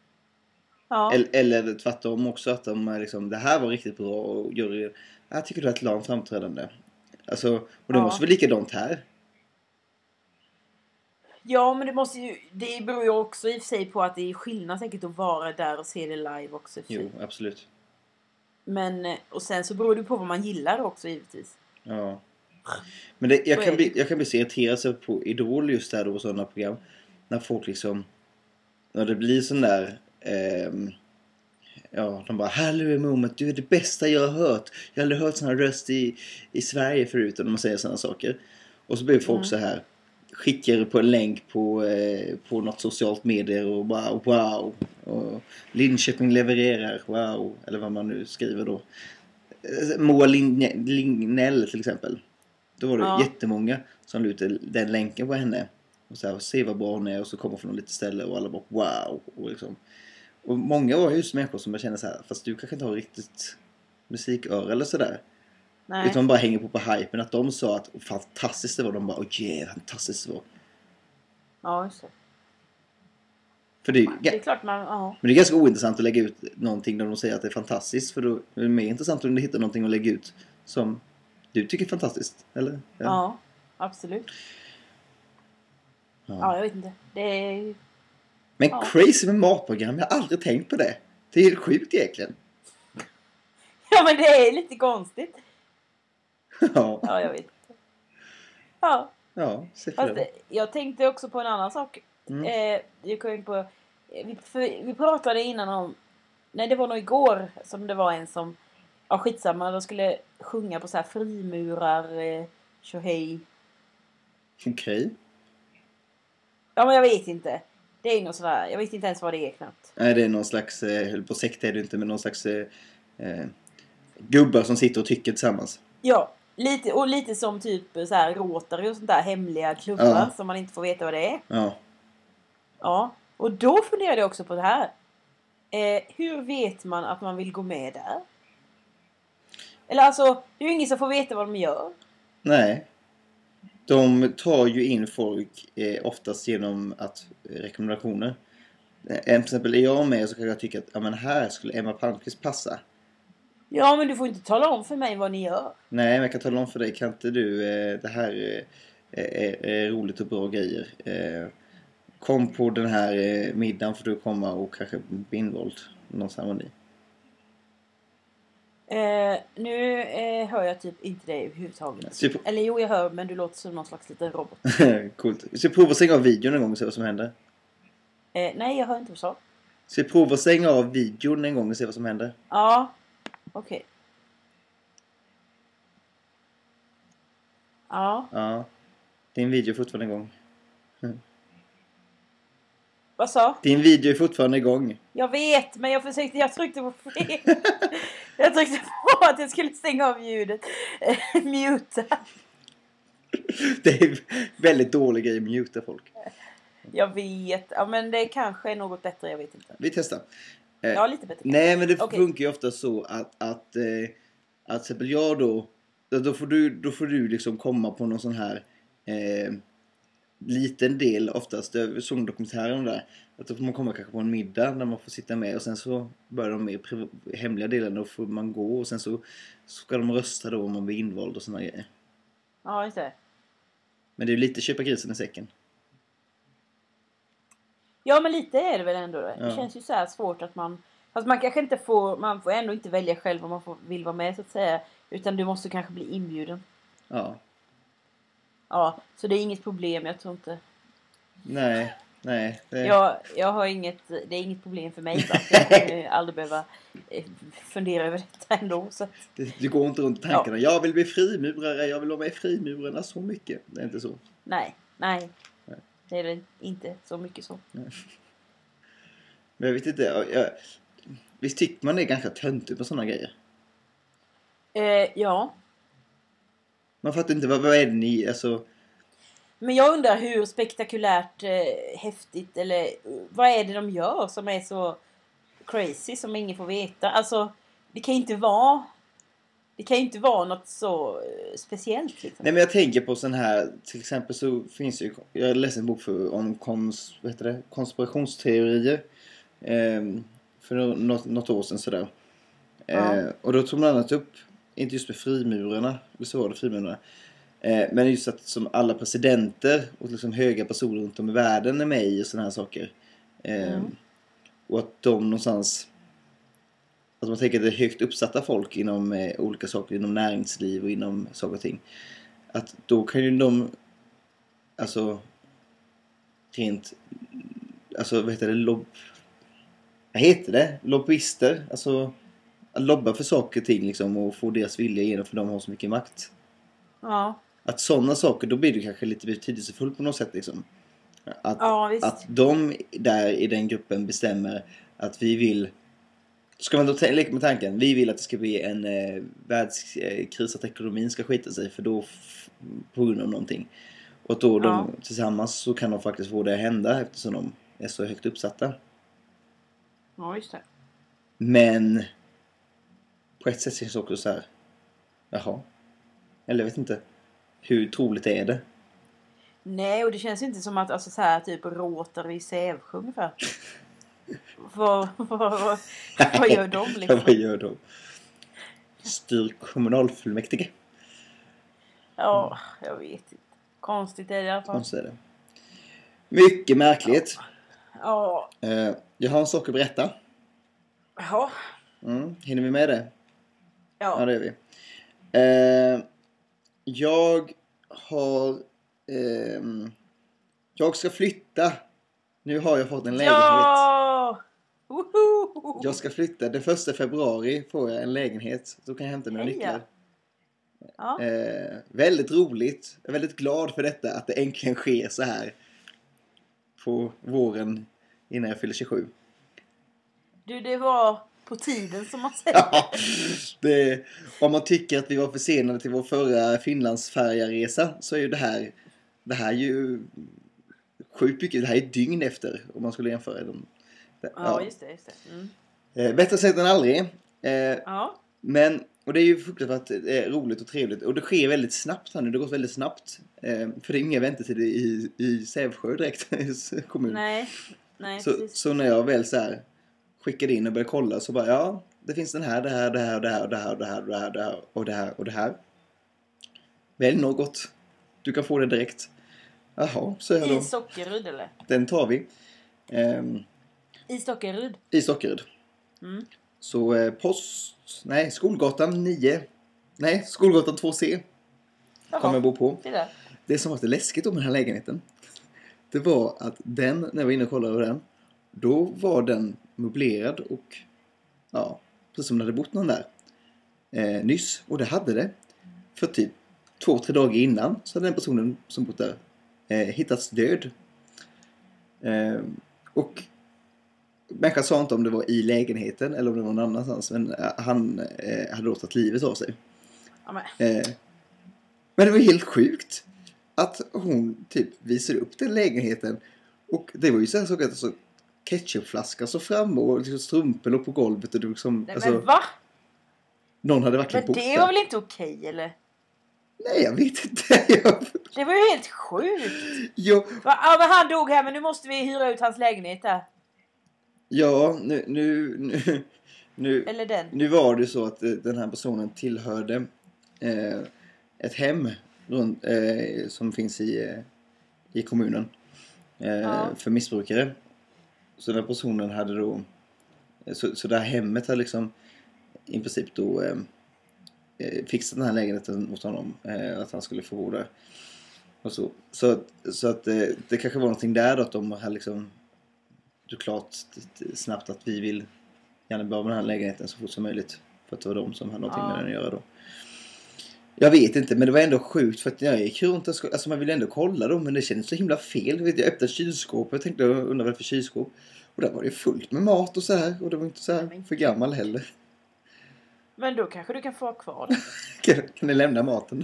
Ja. Eller, eller tvärtom också att de liksom, det här var riktigt bra och juryn, jag tycker du har ett långt framträdande. Alltså, och det Ja. måste vara likadant här. Ja, men det måste ju, det beror ju också i och för sig på att det är skillnad säkert att vara där och se det live också i och för sig. Jo, absolut. Men, eh, och sen så beror det på vad man gillar också givetvis. Ja. Men det, jag, Så kan är bli, det. jag kan bli så irriterad så på Idol just där då och sådana program. När folk liksom, när det blir sån där, ehm, ja, de bara, hallå moment, du är det bästa jag har hört. Jag har aldrig hört sån här röst i, i Sverige förut, och de säger sådana saker. Och så blir folk Mm. så här, skickar på en länk på, eh, på något socialt medier och bara wow. Och Linköping levererar, wow. Eller vad man nu skriver då. Eh, Moa Lin- Lignell till exempel. Då var det Ja. jättemånga som la ut den länken på henne. Och så här, se vad bra hon är, och så kommer från lite ställe och alla bara wow. Och, liksom. Och många var just människor som jag känner så här, fast du kanske inte har riktigt musiköra eller sådär. Nej. Utan de bara hänger på på hypen, att de sa att oh, fantastiskt det var. De bara, åh oh, yeah, fantastiskt det var. Ja, just det. För det, är, Det är klart man, ja. men det är ganska ointressant att lägga ut någonting där de säger att det är fantastiskt. För då är det mer intressant om du hittar någonting att lägga ut som du tycker är fantastiskt, eller? Ja, ja absolut. Ja. Ja, jag vet inte. Det är... Men Ja. crazy med matprogram, jag har aldrig tänkt på det. Det är helt sjukt egentligen. Ja, men det är lite konstigt. Ja, Ja, jag vet inte. Ja, ja, se för fast det. jag tänkte också på en annan sak. Mm. Eh, jag kom in på... eh, Vi, för, vi pratade innan om... Nej, det var nog igår som det var en som... Ja, skitsamma. De skulle sjunga på så här frimurar... Eh, tjohej. Okej. Ja, men jag vet inte. Det är något sådär... Jag vet inte ens vad det är knappt. Nej, det är någon slags, eh, höll på sekt är det inte, men någon slags eh, eh, gubbar som sitter och tycker tillsammans. Ja, lite, och lite som typ så här Rotary och sånt där hemliga klubbar Ja. som man inte får veta vad det är. Ja. Ja, och då funderade jag också på det här. Eh, hur vet man att man vill gå med där? Eller alltså, det är ju ingen som får veta vad de gör. Nej. De tar ju in folk eh, oftast genom att eh, rekommendationer. Eh, till exempel är jag med så kan jag tycka att ja, men här skulle Emma Palmqvist passa. Ja, men du får inte tala om för mig vad ni gör. Nej, men jag kan tala om för dig. Kan inte du, eh, det här eh, är, är roligt och bra grejer. Eh, kom på den här eh, middagen för du komma och kanske bli invald någon ceremoni. Eh, nu eh, hör jag typ inte det överhuvudtaget. Super. Eller jo, jag hör, men du låter som någon slags liten robot. Coolt. Så prova att stänga av videon en gång och se vad som händer. Eh, nej, jag hör inte vad du sa. Så prova att stänga av videon en gång och se vad som händer. Ja, okej. Ja, Ja. Din video är fortfarande igång. vad sa? Din video är fortfarande igång. Jag vet, men jag försökte, jag tryckte på fel. Jag tryckte på att jag skulle stänga av ljudet. Muta. Det är väldigt dålig grej att muta folk. Jag vet, ja men det kanske är något bättre, jag vet inte. Vi testar. Eh, Ja, lite bättre. nej, men det Okej. funkar ju ofta så att att, eh, att till exempel jag då då får du då får du liksom komma på någon sån här eh, liten del, oftast över sångdokumentären där, att då får man komma kanske på en middag där man får sitta med, och sen så börjar de med priv- hemliga delen, då får man gå, och sen så ska de rösta då om man blir invald och såna grejer. Ja, just det. Men det är ju lite köpa grisen i säcken. Ja, men lite är det väl ändå. Det Ja. känns ju så här svårt att man... Fast man kanske inte får... Man får ändå inte välja själv om man får, vill vara med, så att säga. Utan du måste kanske bli inbjuden. Ja. Ja, så det är inget problem, jag tror inte... Nej, nej. Det... Jag, jag har inget... Det är inget problem för mig. Så att jag kommer aldrig behöva eh, fundera över detta ändå. Så att, Det, du går inte runt i tankarna. Jag vill bli frimurare, jag vill vara med i frimurarna så mycket. Det är inte så. nej, nej. Nej. Det är det inte så mycket så. Men jag vet inte. Jag, jag, visst tycker man det är ganska töntigt med sådana grejer? Eh, ja. Man fattar inte, vad, vad är det ni, alltså... Men jag undrar hur spektakulärt eh, häftigt eller eh, vad är det de gör som är så crazy som ingen får veta. Alltså det kan ju inte vara det kan ju inte vara något så eh, speciellt liksom. Nej, men jag tänker på sån här, till exempel så finns ju, jag läste en bok för, om kons, vad heter det, konspirationsteorier eh, för något, något år sedan sådär. Eh, Ja. och då tog man annat upp, inte just med frimurarna, eller så var det frimurarna, Eh, men just att som alla presidenter och liksom höga personer runt om i världen är med i och sådana här saker. Eh, Mm. Och att de någonstans... Att man tänker att det är högt uppsatta folk inom eh, olika saker, inom näringsliv och inom saker och ting. Att då kan ju de... Alltså... Rent... Alltså vad heter det? Lobb... Vad heter det? Lobbyister. Alltså... Att lobba för saker och ting liksom och få deras vilja igenom för de har så mycket makt. Ja. Att sådana saker, då blir det kanske lite betydelsefullt på något sätt liksom. Att, Ja, visst. att de där i den gruppen bestämmer att vi vill... Ska man då ta- leka med tanken, vi vill att det ska bli en eh, världskris, att ekonomin ska skita sig för då f- på grund av någonting. Och då de Ja. tillsammans så kan de faktiskt få det att hända eftersom de är så högt uppsatta. Ja, just det. Men på ett sätt känns det också så här, jaha. Eller jag vet inte. Hur troligt är det? Nej, och det känns inte som att alltså så här typ råtar i Sävsjö ungefär. vad, vad, vad, vad gör de liksom? Ja, vad gör de? Styr kommunalfullmäktige. Ja, jag vet inte. Konstigt är det i alla fall. Konstigt är det. Mycket märkligt. Ja. Eh, jag har en sak att berätta. Ja. Mm, hinner vi med det? Ja, Ja. det är vi. Eh, jag har... ehm, jag ska flytta. Nu har jag fått en lägenhet. Ja! Woho! Jag ska flytta. Den första februari får jag en lägenhet. Då kan jag hämta mina Heja. nycklar. Ja. Eh, väldigt roligt. Jag är väldigt glad för detta. Att det äntligen sker så här. På våren innan jag fyller tjugosju. Du, det var på tiden som man säger. Ja, det, om man tycker att vi var försenade till vår förra Finlandsfärjaresa så är ju det här det här är ju sjukt mycket. Det här är ett dygn efter om man skulle jämföra dem. Ja, Ja. just det. Just det. Mm. Eh, bättre sent än aldrig. Eh, Ja. men, och det är ju fruktansvärt eh, roligt och trevligt. Och det sker väldigt snabbt här nu. Det går väldigt snabbt. Eh, för det är inga väntetider i, i Sävsjö direkt. i kommun. Nej. Nej, Så, precis. så när jag väl så här skickade in och började kolla så bara, ja, det finns den här, det här, det här, det här, det här, det här, det här, det här och det här och det här. Välj något. Du kan få det direkt. Jaha, så jag I då. Sockerud eller? Den tar vi. Ehm, I Sockerud. I Sockerud. Mm. Så eh, post... Nej, Skolgatan nio. Nej, Skolgatan två C. Kommer jag bo på. Det där. Det som var lite läskigt om den här lägenheten. Det var att den, när jag var inne och kollade över den. Då var den möblerad och ja, precis som det hade bott någon där eh, nyss. Och det hade det. För typ två, tre dagar innan så hade den personen som bott där eh, hittats död. Eh, och människan sa inte om det var i lägenheten eller om det var någon annanstans. Men eh, han eh, hade då tagit livet av sig. Ja, men. Eh, men det var helt sjukt att hon typ visade upp den lägenheten. Och det var ju så här så att så ketchupflaskan så fram och liksom strumpor låg på golvet. Och det liksom, Nej, alltså, men va? någon hade verkligen Men bott det där. var väl inte okej eller? Nej, jag vet inte. Jag, Det var ju helt sjukt. jag, Va? Ja, men han dog här men nu måste vi hyra ut hans lägenhet där. ja, nu, nu, nu, nu, Eller den. nu var det så att eh, den här personen tillhörde eh, ett hem runt, eh, som finns i, eh, i kommunen eh, Ja. för missbrukare. Så den personen hade då så, så det här hemmet hade liksom i princip då eh, fixat den här lägenheten åt honom eh, att han skulle få bo där. Och så så, så att eh, det kanske var någonting där då, att de hade liksom det är klart snabbt att vi vill gärna börja med den här lägenheten så fort som möjligt. För att det var de som hade någonting Ja. med den att göra då. Jag vet inte, men det var ändå sjukt för att jag gick runt och alltså man ville ändå kolla då, men det kändes så himla fel. Jag, vet, jag öppnade kylskåpet och tänkte, jag undrar vad det för kylskåp. Och där var det fullt med mat och så här. Och det var inte så här för gammal heller. Men då kanske du kan få ha kvar den. Kan, kan ni lämna maten?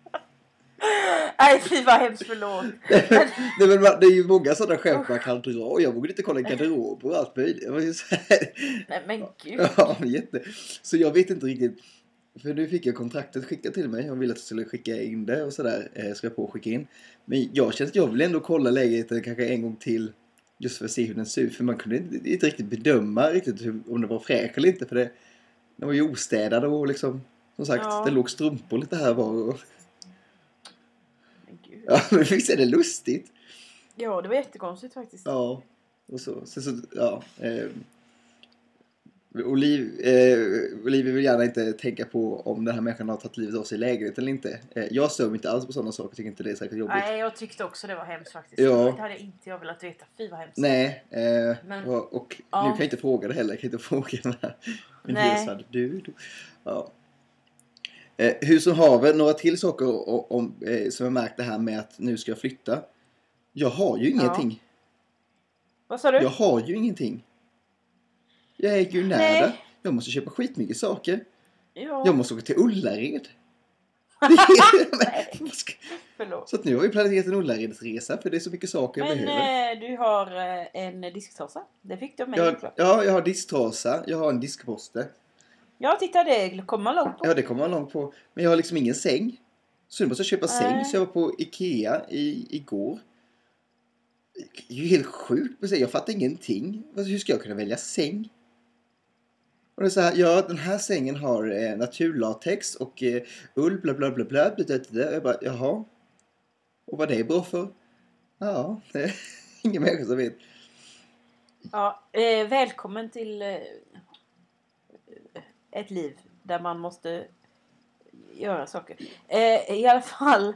Nej, fy vad hemskt, förlåt. det, men, det är ju många sådana skämt man kan dra. Och jag vågade inte kolla garderob och allt möjligt. Det var ju så här. Nej, men gud. Ja, jätte. Så jag vet inte riktigt. För nu fick jag kontraktet skickat till mig. Jag ville att jag skulle skicka in det och sådär. Eh, ska jag på och skicka in. Men jag känner att jag vill ändå kolla lägenheten kanske en gång till. Just för att se hur den ser ut. För man kunde inte, inte riktigt bedöma riktigt hur, om det var fräsch eller inte. För det, det var ju ostädad och liksom. Som sagt, Ja. det låg strumpor lite här var. Och... Ja, men visst är det lustigt? Ja, det var jättekonstigt faktiskt. Ja, och så. Sen så, ja. Eh, Oliv, eh, Olivia vill gärna inte tänka på om den här människan har tagit livet av sig i lägenhet eller inte. Eh, jag stör mig inte alls på sådana saker. Tycker inte det är särskilt jobbigt. Nej, jag tyckte också det var hemskt faktiskt. Ja. Det hade inte jag velat veta. Fy vad hemskt. Nej, eh, Men, och, och ja. nu kan jag inte fråga det heller. Jag kan inte fråga den här. Min hyresvärd. Du, du. Ja. Eh, hur som haver, några till saker om, om, eh, som jag märkt det här med att nu ska jag flytta. Jag har ju ingenting. Ja. Vad sa du? Jag har ju ingenting. Jag är ju nära. Nej. Jag måste köpa skitmycket saker. Ja. Jag måste åka till Ullared. Men, ska... Förlåt. Så att nu har vi planerat en Ullaredsresa för det är så mycket saker jag Men behöver. eh, du har eh, en disktrasa. Det fick du av mig. Jag, ja, jag har disktrasa. Jag har en diskborste. Ja, titta det kommer man långt på. Ja, det kommer man långt på. Men jag har liksom ingen säng. Så nu måste jag köpa Nej. säng. Så jag var på Ikea i, igår. Det är ju helt sjukt. Jag fattar ingenting. Hur ska jag kunna välja säng? Och det är så här, ja, den här sängen har eh, naturlatex och eh, ull, bla bla bla bla. bla, bla, bla. Jag bara, jaha. Och vad det är bra för? Ja, det är ingen människa som vet. Ja, eh, välkommen till eh, ett liv där man måste göra saker. Eh, I alla fall.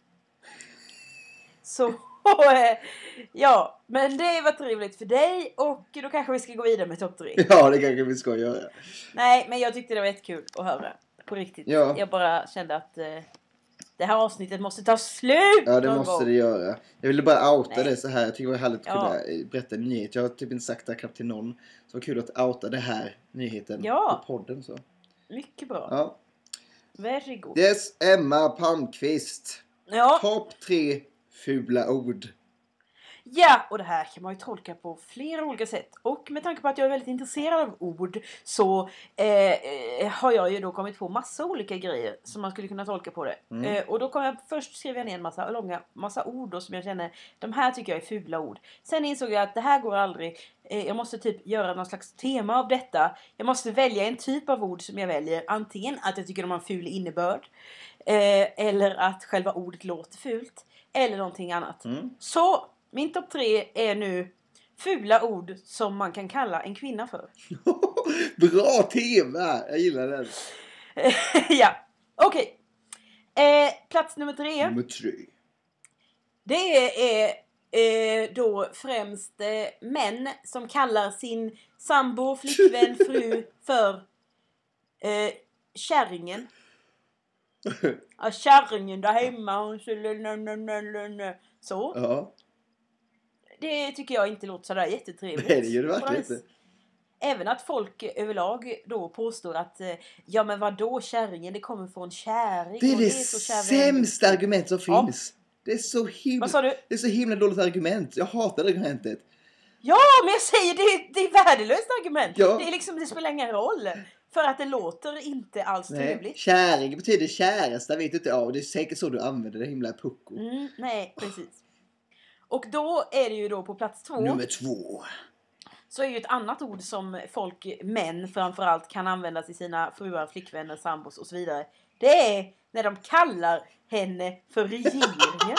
Så, eh, ja, men det var trevligt för dig och då kanske vi ska gå vidare med topp tre. Ja, det kanske vi ska göra. Nej, men jag tyckte det var jättekul att höra. På riktigt. Ja. Jag bara kände att eh, det här avsnittet måste ta slut. Ja, det någon måste gång. det göra. Jag ville bara outa Nej. det så här. Jag tycker det var härligt att Ja. kunna berätta en nyhet. Jag har typ inte sagt det knappt till någon. Så det var kul att outa det här nyheten Ja. på podden. Så. Mycket bra. Ja. Varsågod. Yes, Emma Palmqvist. Ja. Topp tre fula ord. Ja, och det här kan man ju tolka på flera olika sätt. Och med tanke på att jag är väldigt intresserad av ord så eh, eh, har jag ju då kommit på massa olika grejer som man skulle kunna tolka på det. Mm. Eh, och då kommer jag först skriva ner en massa långa massa ord då, som jag känner, de här tycker jag är fula ord. Sen insåg jag att det här går aldrig. Eh, jag måste typ göra någon slags tema av detta. Jag måste välja en typ av ord som jag väljer. Antingen att jag tycker de har en ful innebörd. Eh, eller att själva ordet låter fult. Eller någonting annat. Mm. Så min topp tre är nu fula ord som man kan kalla en kvinna för. Bra tema! Jag gillar den. Ja, okej. Okay. Eh, plats nummer tre. Nummer tre. Det är eh, då främst eh, män som kallar sin sambo, flickvän, fru för eh, kärringen. Ja, kärringen där hemma. Hon så, så. Ja. Det tycker jag inte låter sådär jättetrevligt. Nej, det gör det verkligen inte. Även att folk överlag då påstår att ja, men vadå kärringen, det kommer från käring. Det är och det, det är så sämsta argument som Ja. finns. Det är så himla... Vad sa du? Det är så himla dåligt argument. Jag hatar det argumentet. Ja, men jag säger det, det är värdelöst argument. Ja. Det är liksom, det spelar ingen roll. För att det låter inte alls Nej. trevligt. Käring betyder käraste, vet du inte. Ja, det är säkert så du använder det, himla pucko. Mm, nej, precis. Och då är det ju då på plats två. Nummer två. Så är ju ett annat ord som folk, män framförallt, kan använda till sina fruar, flickvänner, sambos och så vidare. Det är när de kallar henne för regeringen.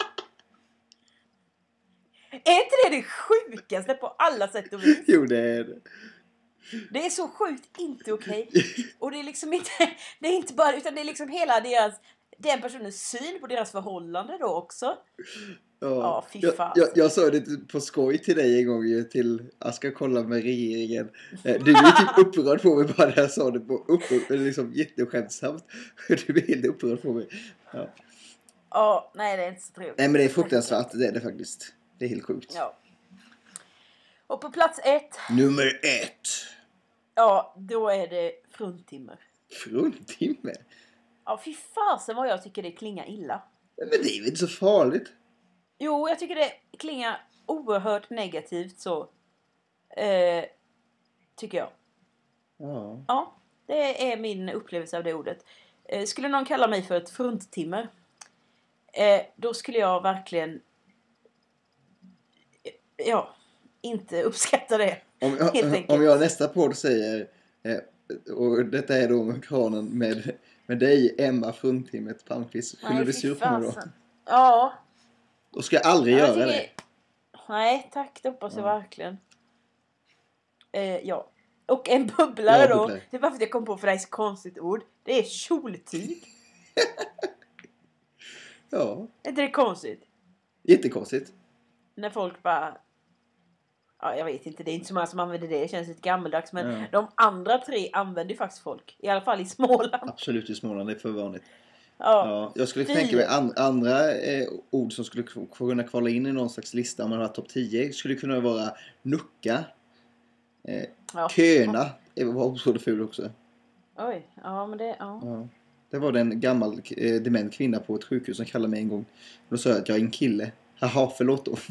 Är inte det det sjukaste på alla sätt och vis? Jo, det är det. Det är så sjukt inte okej. Och det är liksom inte, det är inte bara, utan det är liksom hela deras, den personens syn på deras förhållande då också. Ja, Ja, fy jag, fan. jag, jag sa det på skoj till dig en gång ju, till jag ska kolla med regeringen. Eh, Du är typ upprörd på mig bara när jag sa det på upprörd, liksom jätteskämtsamt. Du är helt upprörd på mig. Ja. Ja, nej, det är inte så trevligt. Nej, men det är fruktansvärt, det är det faktiskt. Det är helt sjukt. Ja. Och på plats ett, Nummer ett. ja, då är det fruntimmer. Fruntimme? Ja, fy fasen vad jag tycker det klingar illa. Men det är väl inte så farligt? Jo, jag tycker det klingar oerhört negativt så. Eh, tycker jag. Ja. Ja, det är min upplevelse av det ordet. Eh, skulle någon kalla mig för ett fruntimmer, eh, då skulle jag verkligen eh, ja, inte uppskatta det. Om Helt jag, enkelt. om jag nästa podd säger, eh, och detta är då kranen med, med dig, Emma Fruntimmet Palmqvist, skulle du fy sur på mig då? fasen. Ja, Och ska aldrig Ja, jag göra tycker- det. Nej, tack. Det hoppas jag Ja. verkligen. Eh, ja. Och en bubblare Ja, då. bubblare. Det är bara för att jag kom på för det här är ett konstigt ord. Det är kjoltyg. Ja, Är inte det konstigt? jättekonstigt. När folk bara... Ja, jag vet inte. Det är inte så många som använder det. Det känns lite gammaldags. Men Ja. de andra tre använder ju faktiskt folk. I alla fall i Småland. Absolut i Småland, det är för vanligt. Ja. Ja, jag skulle Fy. tänka mig an, andra eh, ord som skulle k- kunna kvala in i någon slags lista om man har topp tio. Skulle kunna vara nucka. Eh, Ja. köna. Det var otroligt ful också. Oj. Ja, men det... Ja. Ja. Det var det en gammal eh, dement kvinna på ett sjukhus som kallade mig en gång. Då sa jag att jag är en kille. Haha, förlåt då.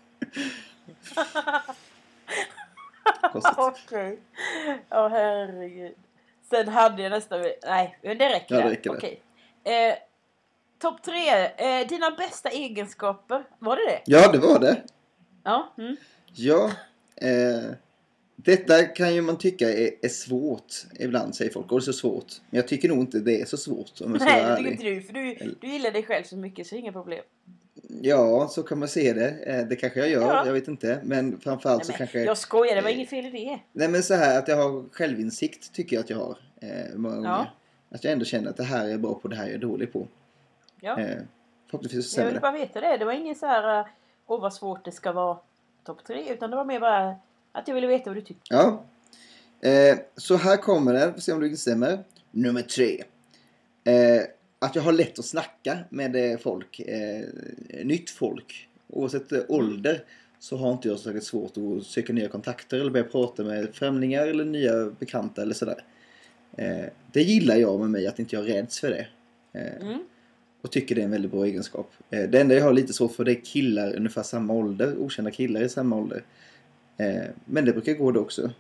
Konstigt. Okej. Ja, herregud. Sen hade jag nästan... Nej, men det räcker. Ja, det där. räcker det. Okej. Eh, Topp tre. Eh, dina bästa egenskaper. Var det det? Ja, det var det. Ja. Mm. Ja. Eh, detta kan ju man tycka är, är svårt ibland, säger folk. Och det är så svårt. Men jag tycker nog inte det är så svårt. Om jag ska Nej, vara det tycker ärlig. inte du. För du, du gillar dig själv så mycket så inga problem. Ja, så kan man se det. Eh, det kanske jag gör, Ja. jag vet inte. Men framförallt Nej, så men, kanske... jag skojar, det var eh, inget fel i det. Nej, men så här att jag har självinsikt tycker jag att jag har. Eh, många gånger. Ja. Att jag ändå känner att det här är bra på, det här är jag dålig på. Ja. Eh, förhoppningsvis så Jag stämmer vill det. bara veta det. Det var ingen så här... Åh, vad svårt det ska vara topp tre. Utan det var mer bara att jag ville veta vad du tyckte. Ja. Eh, så här kommer det. Får se om du instämmer. Nummer tre. Eh, att jag har lätt att snacka med eh, folk. Eh, nytt folk. Oavsett eh, ålder. Så har inte jag så särskilt svårt att söka nya kontakter. Eller börja prata med främlingar. Eller nya bekanta. Eller sådär. Eh, det gillar jag med mig. Att inte jag räds för det. Eh, Mm. Och tycker det är en väldigt bra egenskap. Eh, det enda jag har lite svårt för det är killar ungefär samma ålder. Okända killar i samma ålder. Eh, men det brukar gå det också.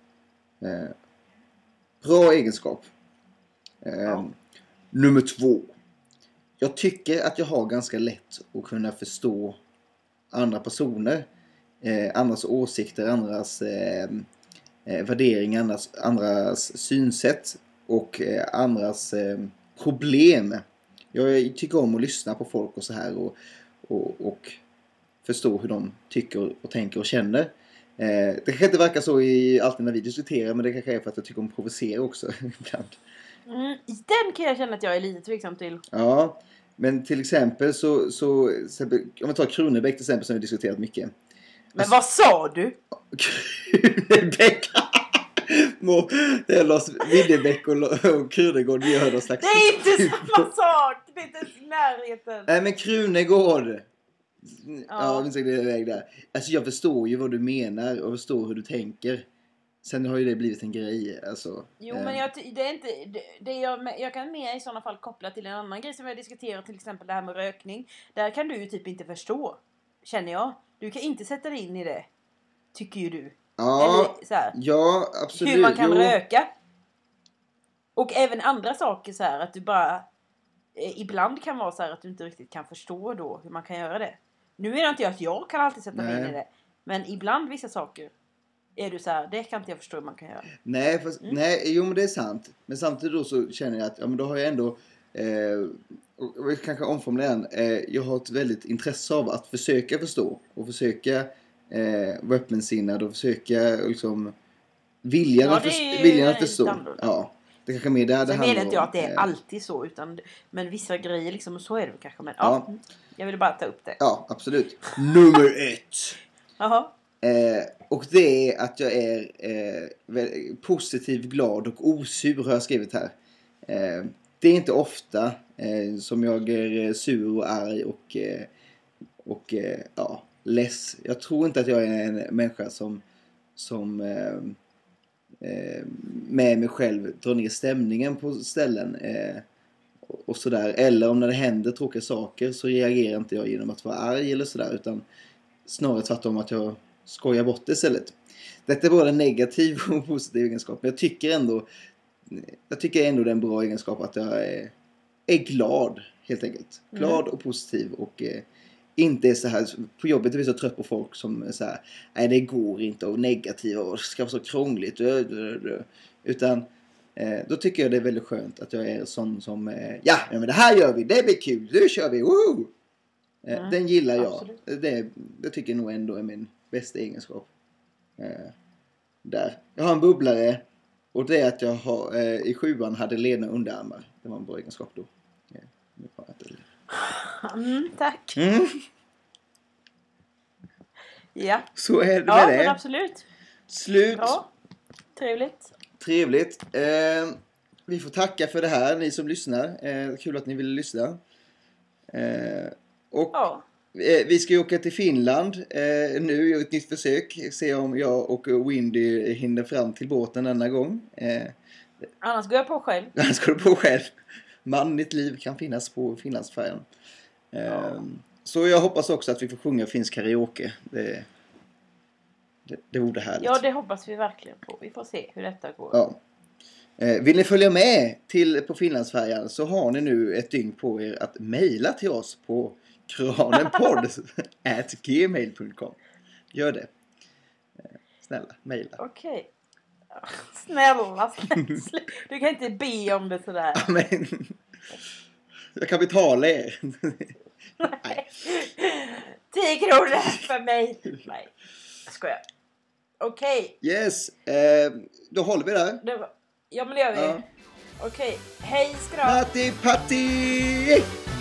Eh, bra egenskap. Eh, Ja. Nummer två. Jag tycker att jag har ganska lätt att kunna förstå andra personer. Eh, andras åsikter, andras eh, eh, värderingar, andras, andras synsätt. Och eh, andras eh, problem. Jag tycker om att lyssna på folk och så här. Och, och, och förstå hur de tycker och tänker och känner. Eh, det kanske inte verkar så i alltid när vi diskuterar. Men det kanske är för att jag tycker om att provocera också ibland. Mm. Den kan jag känna att jag är lite tveksam till. Ja, men till exempel så, så om vi tar Krunebäck till exempel som vi diskuterat mycket. Men vad sa du? Krunebäck! Må- Det är Lars Winnerbäck och, och Krunegård gör någon slags... Det är inte samma sak! Det är inte ens i närheten. Nej, men Krunegård! Ja, Ja. vi ska glida iväg där. Alltså jag förstår ju vad du menar och förstår hur du tänker. Sen har ju det blivit en grej, alltså. Jo, eh, men jag, ty- det är inte, det, det jag, jag kan mer i sådana fall koppla till en annan grej som vi har diskuterat, till exempel det här med rökning. Där kan du ju typ inte förstå, känner jag. Du kan inte sätta dig in i det, tycker ju du. Ja, Eller så här, ja, absolut. hur man kan jo. röka. Och även andra saker så här, att du bara... Eh, ibland kan vara så här att du inte riktigt kan förstå då hur man kan göra det. Nu är det inte jag att jag kan alltid sätta mig Nej. in i det. Men ibland vissa saker är du så här, det kan inte jag förstå hur man kan göra. Nej, fast, Mm. nej, jo men det är sant. Men samtidigt då så känner jag att ja, men då har jag ändå eh, och, och kanske omformulera den. Eh, jag har ett väldigt intresse av att försöka förstå och försöka eh, vara öppensinnad och försöka liksom viljan, Ja, att, det förs- är ju viljan att lite förstå. annorlunda. Ja, det kanske är mer där det Sen handlar menar inte jag att det är eh, alltid så, utan, men vissa grejer liksom, och så är det väl kanske. Men Ja. ja, jag ville bara ta upp det. Ja, absolut. Nummer ett. Jaha. Eh, och det är att jag är eh, väl- positiv, glad och osur har jag skrivit här. Eh, det är inte ofta eh, som jag är sur och arg och, eh, och eh, ja, less. Jag tror inte att jag är en människa som, som eh, eh, med mig själv drar ner stämningen på ställen. Eh, och, och sådär. Eller om när det händer tråkiga saker så reagerar inte jag genom att vara arg eller sådär, utan snarare tvärtom att jag skojar bort det istället. Detta är både en negativ och positiv egenskap. Men jag tycker ändå jag tycker ändå det är en bra egenskap att jag är, är glad helt enkelt. Glad Mm. och positiv och eh, inte är så här på jobbet. Jag blir så trött på folk som är så här, nej det går inte, och negativa och ska vara så krångligt. Utan eh, då tycker jag det är väldigt skönt att jag är sån som eh, ja, ja men det här gör vi, det blir kul, nu kör vi, woohoo! Eh, Mm, den gillar jag. absolut. Det, det tycker jag nog ändå är min bästa egenskap. Eh, där. Jag har en bubblare. Och det är att jag har, eh, i sjuan hade lena underarmar. Det var en bra egenskap då. Eh, nu har jag inte det. Mm, tack. Mm. Ja, Så är det med ja det. men absolut. Slut. Bra. Trevligt. Trevligt. Eh, vi får tacka för det här, ni som lyssnar. Eh, kul att ni ville lyssna. Eh, och Ja. eh, vi ska ju åka till Finland eh, nu, göra ett nytt försök. Se om jag och Windy hinner fram till båten denna gång. Eh, Annars går jag på själv. Annars går du på själv. Manligt liv kan finnas på Finlandsfärjan. Eh, Ja. Så jag hoppas också att vi får sjunga finsk karaoke. Det, det, det vore härligt. Ja, det hoppas vi verkligen på. Vi får se hur detta går. Ja. Eh, vill ni följa med till på Finlandsfärjan så har ni nu ett dygn på er att mejla till oss på kranenpodd at gmail dot com. Gör det. Eh, snälla, mejla. Okej. Snälla, snälla. Du kan inte be om det sådär. Men, jag kan betala er. Nej. tio kronor för mig. Nej, jag skojar. Okej. Yes, eh, då håller vi där. Det var... Ja, men det gör vi. Ja. Okej. Hej, skrap. Patti, patti!